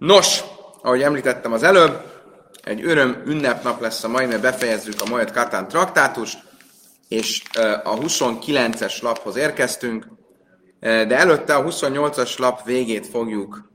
Nos, ahogy említettem az előbb, egy öröm ünnepnap lesz a mai, mert befejezzük a Moed Katán traktátust, és a 29-es laphoz érkeztünk, de előtte a 28-as lap végét fogjuk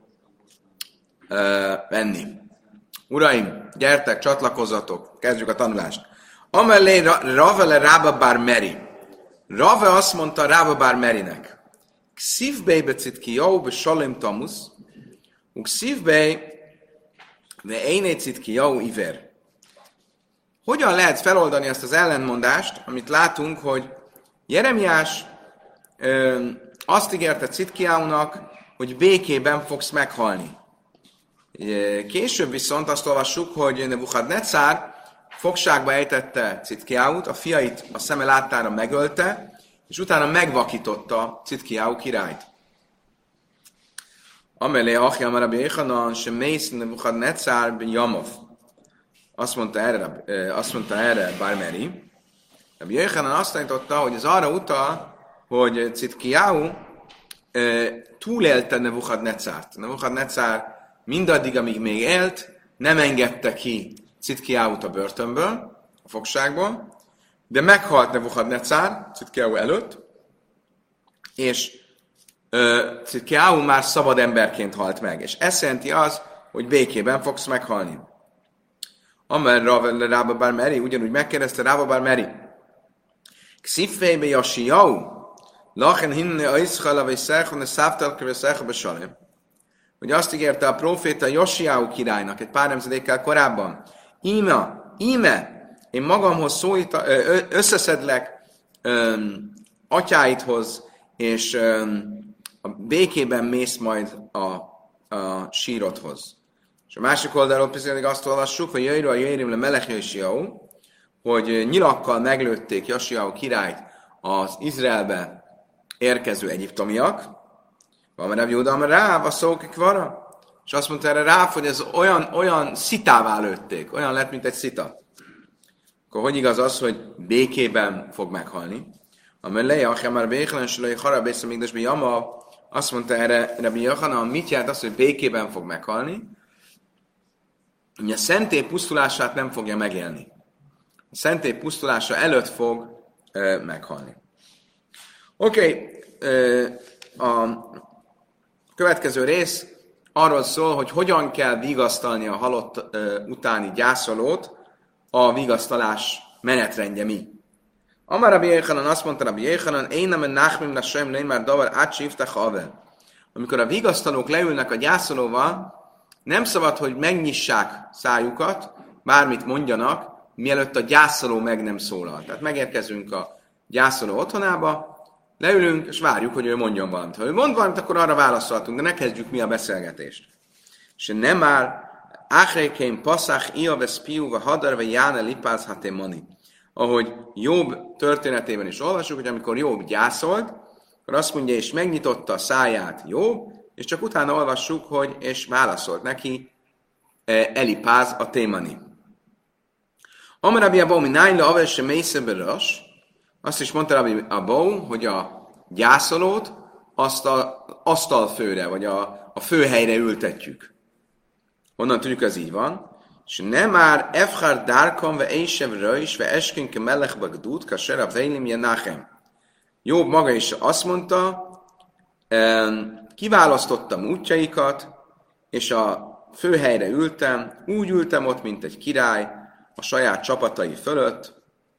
venni. Uraim, gyertek, csatlakozzatok, kezdjük a tanulást. Amelé Rave Rába Bar Meri. Rave azt mondta Rába Bar Merinek. Kszívbej becitki jau be salim tamusz, Kszívbej de éné citki jau iver. Hogyan lehet feloldani ezt az ellentmondást, amit látunk, hogy Jeremiás azt ígérte Citkiáunak, hogy békében fogsz meghalni. Később viszont azt olvassuk, hogy Nebuchadnezzar fogságba ejtette Citkiáut, a fiait a szeme láttára megölte, és utána megvakította Citkiáu királyt. Amelé Achja Rabbi Jéhanan, se mész Nebuchadnezzar ben Jamov. Azt mondta erre Bar Meri. Rabbi Jéhanan azt tanította, hogy ez arra utal, hogy Citkiáu túlélte Nebuchadnezzart. Nebuchadnezzar mindaddig, amíg még élt, nem engedte ki Citkiáut a börtönből, a fogságból, de meghalt Nebuchadnezzar Citkiáu előtt, és Citkiáu már szabad emberként halt meg. És ez jelenti az, hogy békében fogsz meghalni. Amer Rába Bar Meri, ugyanúgy megkérdezte Rába Bar Meri. Kszívfejbe Jasiau, lachen hinne a Iszchala veszechon, a szávtalka veszechon besalem. Hogy azt ígérte a próféta Josiáu királynak egy pár nemzedékkel korábban. Íme, én magamhoz összeszedlek atyáidhoz, és a békében mész majd a sírodhoz. És a másik oldalról pedig azt olvassuk, hogy jöjjön a jöjjön le Melech Josiáu, hogy nyilakkal meglőtték Josiáu királyt az Izraelbe érkező egyiptomiak. Van Rabbi Júda Ráv, a szókik vara. És azt mondta erre Ráv, hogy ez olyan szitává lőtték, olyan lett, mint egy szita. Akkor hogy igaz az, hogy békében fog meghalni? Amelé Achja már békelen, és lőj harabész a migdasbe Jama, azt mondta erre Rabbi Jéhanan, mit jelent az, hogy békében fog meghalni? Ugye a szentély pusztulását nem fogja megélni. A szentély pusztulása előtt fog meghalni. Oké, a következő rész arról szól, hogy hogyan kell vigasztalni a halott utáni gyászolót, a vigasztalás menetrendje mi. Amar Rabbi Jéhanan azt mondta Rabbi Jéhanan, én nem nachmim lasem nem már davar átsívtak haver. Amikor a vigasztalók leülnek a gyászolóval, nem szabad, hogy megnyissák szájukat, bármit mondjanak, mielőtt a gyászoló meg nem szólal. Tehát megérkezünk a gyászoló otthonába, leülünk, és várjuk, hogy ő mondjon valamit. Ha ő mond valamit, akkor arra válaszolhatunk, de ne kezdjük mi a beszélgetést. És nem már Áhreikeim Paszach, Iaves Piuva, Hadarve, Jáne, Lipáz, Hatémani. Ahogy Jobb történetében is olvasjuk, hogy amikor Jobb gyászolt, akkor azt mondja, és megnyitotta a száját Jobb, és csak utána olvassuk, hogy és válaszolt neki Elipáz a témani. Amarabi Abó, mi nájla avesse mészöberas, azt is mondta Rabbi Abó, hogy a gyászolót azt az asztalfőre, vagy a főhelyre ültetjük. Honnan tudjuk, ez így van? És nem már Efchar Dárkam, ve Ésev Röjs, ve Eskinke Melech Bagdud, Kasera Vélim Jenachem. Jobb maga is azt mondta, kiválasztottam útjaikat, és a főhelyre ültem, úgy ültem ott, mint egy király a saját csapatai fölött,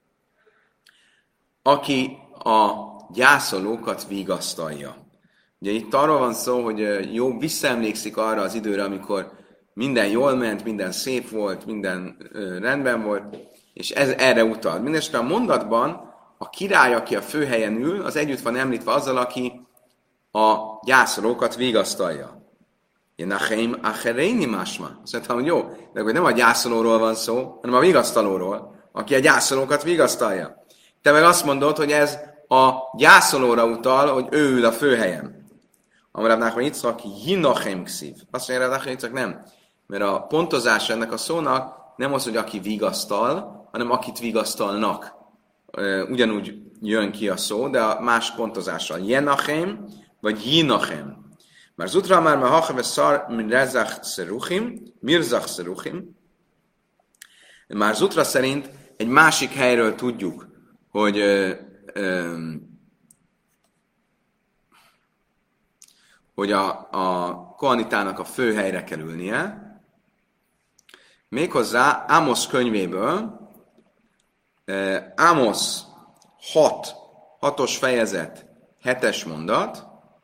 aki a gyászolókat vigasztalja. Ugye itt arról van szó, hogy Jobb visszaemlékszik arra az időre, amikor minden jól ment, minden szép volt, minden rendben volt, és ez erre utal. Mindenesetre a mondatban a király, aki a főhelyen ül, az együtt van említve azzal, aki a gyászolókat vigasztalja. Jenacheim achereini másma. Azt mondtam, hogy jó, de akkor nem a gyászolóról van szó, hanem a vigasztalóról, aki a gyászolókat vigasztalja. Te meg azt mondod, hogy ez a gyászolóra utal, hogy ő ül a főhelyen. Amarabb Nachman Yitzchak Jinachem kszív. Azt mondja, hogy Nachman Yitzchak nem. Mert a pontozás ennek a szónak nem az, hogy aki vigasztal, hanem akit vigasztalnak. Ugyanúgy jön ki a szó, de a más pontozással. Jenachem vagy Jinachem. Már zutra már hachave szar mirzach szeruchim. Már zutra szerint egy másik helyről tudjuk, hogy a kohanitának a fő helyre kell ülnie. Méghozzá Ámosz könyvéből, Ámosz 6-os fejezet, 7-es mondat,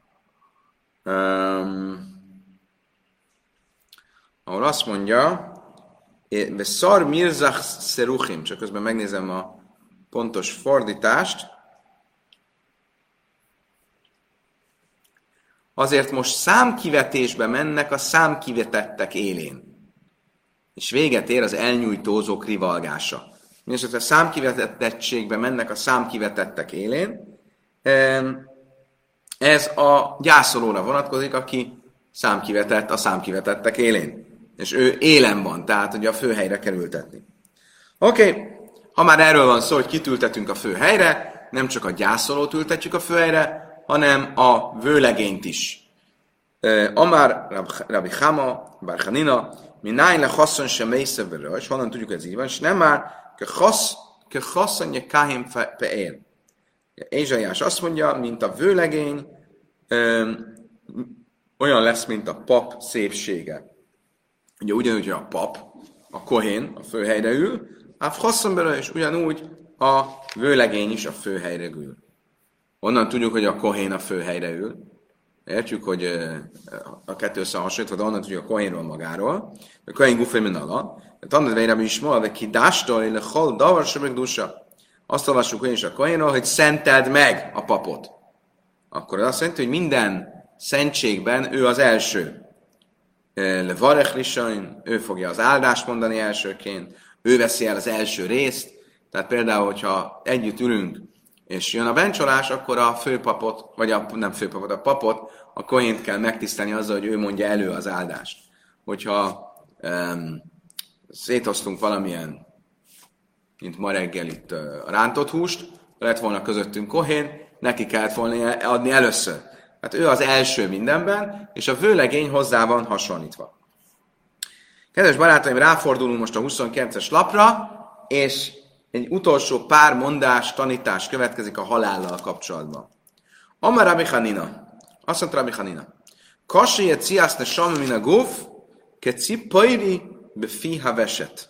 ahol azt mondja, Szar mirzach szeruchim, csak közben megnézem a pontos fordítást, azért most számkivetésbe mennek a számkivetettek élén. És véget ér az elnyújtózók rivalgása. Mindenesetre számkivetettségbe mennek a számkivetettek élén. Ez a gyászolóra vonatkozik, aki számkivetett a számkivetettek élén. És ő élen van, tehát ugye a főhelyre kell ültetni. Oké, ha már erről van szó, hogy kit ültetünk a főhelyre, nem csak a gyászolót ültetjük a főhelyre, hanem a vőlegényt is. Amár Rabbi Chama, Bar Chanina, Minájn le chasszon sem mészevere, és honnan tudjuk, hogy ez így van, és nem már ke chasszonja káhém peél. Ézsaiás azt mondja, mint a vőlegény, olyan lesz, mint a pap szépsége. Ugye ugyanúgy, a pap, a kohén a főhelyre ül, áv chasszon bele, és ugyanúgy a vőlegény is a főhelyre ül. Onnan tudjuk, hogy a kohén a főhelyre ül. Értjük, hogy a kettő összehasonlítva, de onnan tudjuk a kohénról magáról. A kohén gufé min ala. De tanult vejre is ma, de ki dástól, illetve hol davarsa meg dusa. Azt olvassuk hogy is a kohénról, hogy szenteld meg a papot. Akkor az azt jelenti, hogy minden szentségben ő az első. Levarech lisain, ő fogja az áldást mondani elsőként, ő veszi el az első részt. Tehát például, hogyha együtt ülünk, és jön a bencsolás, akkor a főpapot, vagy nem főpapot, a papot, a kohént kell megtisztelni azzal, hogy ő mondja elő az áldást. Hogyha széthoztunk valamilyen, mint ma reggel itt a rántott húst, lett volna közöttünk kohén, neki kellett volna adni először. Hát ő az első mindenben, és a vőlegény hozzá van hasonlítva. Kedves barátaim, ráfordulunk most a 29-es lapra, és egy utolsó pár mondás, tanítás következik a halállal kapcsolatban. Amar Rabbi Chanina. Azt mondta Rabbi Chanina. Kasséje ciászne samme min a guf, ke cipajri befiha veset.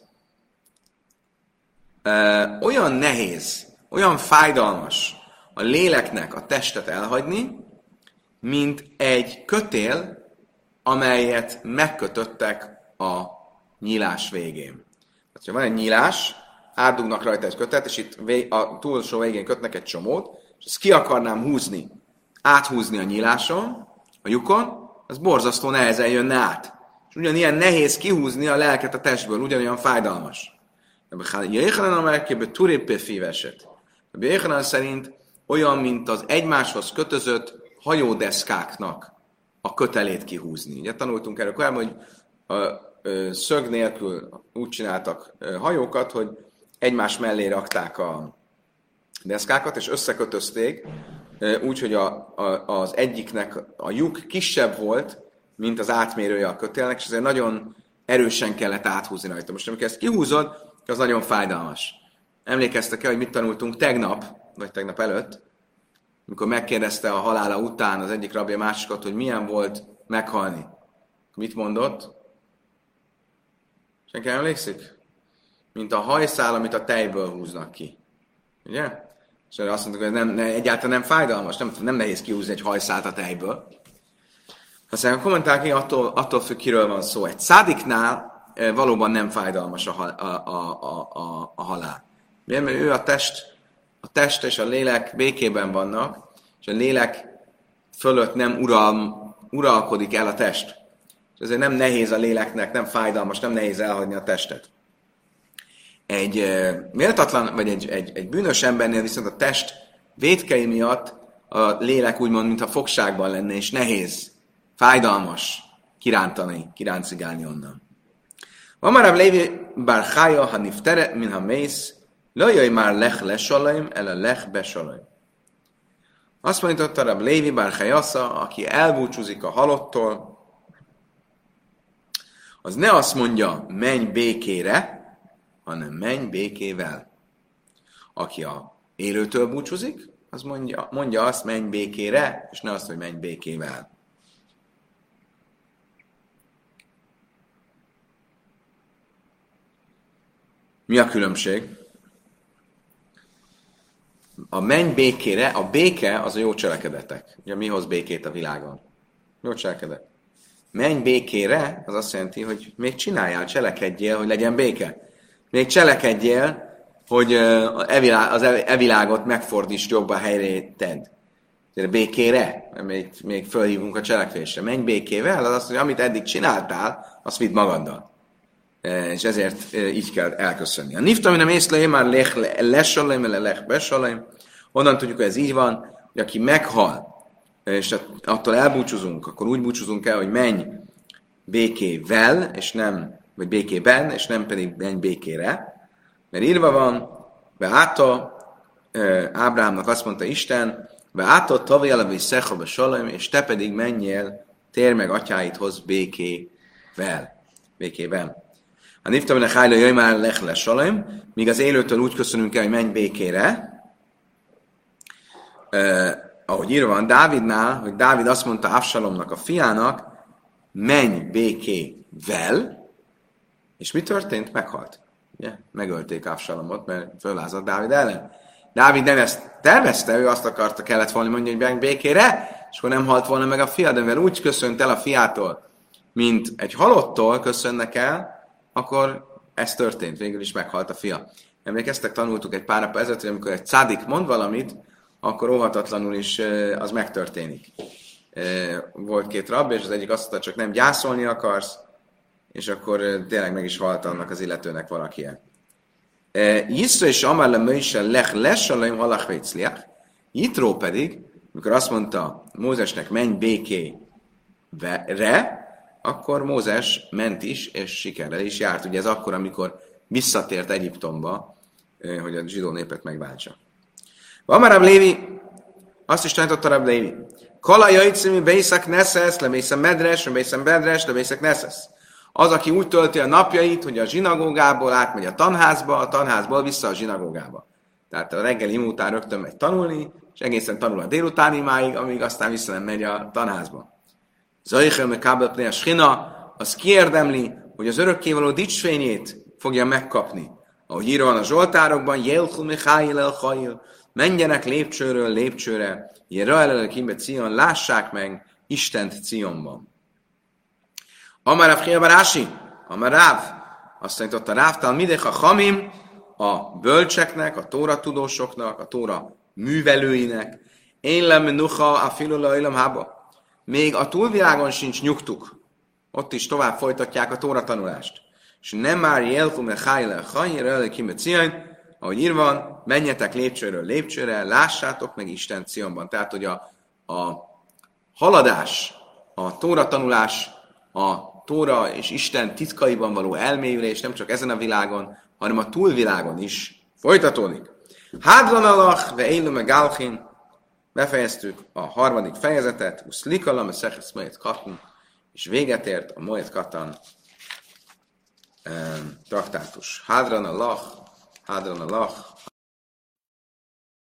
Olyan nehéz, olyan fájdalmas a léleknek a testet elhagyni, mint egy kötél, amelyet megkötöttek a nyílás végén. Tehát, ha van egy nyílás, átdugnak rajta egy kötet, és itt a túlsó végén kötnek egy csomót, és ezt ki akarnám húzni, áthúzni a nyíláson, a lyukon, az borzasztó nehezen jönne át. És ugyanilyen nehéz kihúzni a lelket a testből, ugyanolyan fájdalmas. Jéhanan amelkéből turépé fíveset. A Jéhanan szerint olyan, mint az egymáshoz kötözött hajódeszkáknak a kötelét kihúzni. Ugye tanultunk erről korábban, hogy szög nélkül úgy csináltak hajókat, hogy egymás mellé rakták a deszkákat, és összekötözték, úgy, hogy az egyiknek a lyuk kisebb volt, mint az átmérője a kötélnek, és ezért nagyon erősen kellett áthúzni rajta. Most amikor ezt kihúzod, az nagyon fájdalmas. Emlékeztek el, hogy mit tanultunk tegnap, vagy tegnap előtt, amikor megkérdezte a halála után az egyik rabbi a másikat, hogy milyen volt meghalni. Mit mondott? Senki emlékszik? Mint a hajszál, amit a tejből húznak ki. Ugye? És azt mondtuk, hogy egyáltalán nem fájdalmas, nem nehéz kihúzni egy hajszált a tejből. Aztán a kommentárok attól függ, kiről van szó. Egy szádiknál valóban nem fájdalmas a halál. Miért? Mert ő a test és a lélek békében vannak, és a lélek fölött nem uralkodik el a test. És ezért nem nehéz a léleknek, nem fájdalmas, nem nehéz elhagyni a testet. Egy méltatlan, vagy egy bűnös embernél viszont a test vétkei miatt a lélek úgymond, mintha fogságban lenne, és nehéz, fájdalmas kiráncigálni onnan. Amarav Lévi bár chája, ha niftere, min ha mész, lajjaj már lech lesalaim, el a lech besalaim. Azt mondta Rab Lévi bar Chajasza, aki elbúcsúzik a halottól, az ne azt mondja, menj békére, hanem menj békével. Aki a élőtől búcsúzik, az mondja azt, menj békére, és ne azt, hogy menj békével. Mi a különbség? A menj békére, a béke az a jó cselekedetek. Ugye mi hoz békét a világon? Jó cselekedet. Menj békére, az azt jelenti, hogy még csináljál, cselekedjél, hogy legyen béke. Még cselekedjél, hogy az evilágot megfordítsd jobb a helyre tedd. Békére, még fölhívunk a cselekvésre. Menj békével, az azt, hogy amit eddig csináltál, azt vidd magaddal. És ezért így kell elköszönni. A niftaminem észlejé már lesalaim, lech besalaim. Onnan tudjuk, hogy ez így van, hogy aki meghal, és attól elbúcsúzunk, akkor úgy búcsúzunk el, hogy menj békével, és nem, vagy békében, és nem pedig menj békére. Mert írva van, beáta, Ábrahámnak azt mondta Isten, beáta tavjalavi szechal besalaim, és te pedig menjél, térj meg atyáidhoz békével. A niftaminem hájla jöjj már lech lesalaim, míg az élőtől úgy köszönünk el, hogy menj békére, ahogy írva van Dávidnál, hogy Dávid azt mondta Absalomnak, a fiának, menj békével, és mi történt? Meghalt. Ugye? Megölték Absalomot, mert föllázadt Dávid ellen. Dávid nem ezt tervezte, ő azt akarta, kellett volna mondani, hogy menj békére, és akkor nem halt volna meg a fia, de mivel úgy köszönt el a fiától, mint egy halottól köszönnek el, akkor ez történt, végül is meghalt a fia. Emlékeztek, tanultuk egy pár nap ezelőtt, hogy amikor egy cádik mond valamit, akkor óhatatlanul is az megtörténik. Volt két rab, és az egyik azt mondta, csak nem gyászolni akarsz, és akkor tényleg meg is halt annak az illetőnek valakije. Jiszra és Amar le Moshe lech lesalaim halach vécliach. Jitró pedig, amikor azt mondta Mózesnek menj békére, akkor Mózes ment is, és sikerrel is járt. Ugye ez akkor, amikor visszatért Egyiptomba, hogy a zsidó népet megváltsa. Van Rab Lévi, azt is tanította Rab Lévi. Kala jajcimi beiszak neszesz, lebészem medres, lebészem bedres, lebészek neszesz. Az, aki úgy tölti a napjait, hogy a zsinagógából átmegy a tanházból vissza a zsinagógába. Tehát a reggeli imó után rögtön megy tanulni, és egészen tanul a délutáni imáig, amíg aztán vissza nem megy a tanházba. Zajchel me kábelpné a schina, az kiérdemli, hogy az örökkévaló dicsfényét fogja megkapni. Ahogy írva van a Zsoltárokban, Jelchu Michail el Chail, menjenek lépcsőről lépcsőre, Jerael el Kimbe Cion, lássák meg Istent Cionban. Amar Rav Chia bar Ashi, Amar Ráv, azt tanította Rávtál, midech a chamim, a bölcseknek, a tóra tudósoknak, a tóra művelőinek, én lem nucha a filula ilam hába. Még a túlvilágon sincs nyugtuk. Ott is tovább folytatják a tóra tanulást. És nem már jelkum le chájle chajjére előkimbe cion, ahogy írva van, menjetek lépcsőről lépcsőre, lássátok meg Isten Cionban. Tehát, hogy a haladás, a tóra tanulás, a tóra és Isten titkaiban való elmélyülés nem csak ezen a világon, hanem a túlvilágon is folytatódik. Hádlan alach, ve élu meg gálchin, befejeztük a harmadik fejezetet, uszlikalam, a szechesz Moed Katan, és véget ért a Moed Katan traktátus. Hádran alach,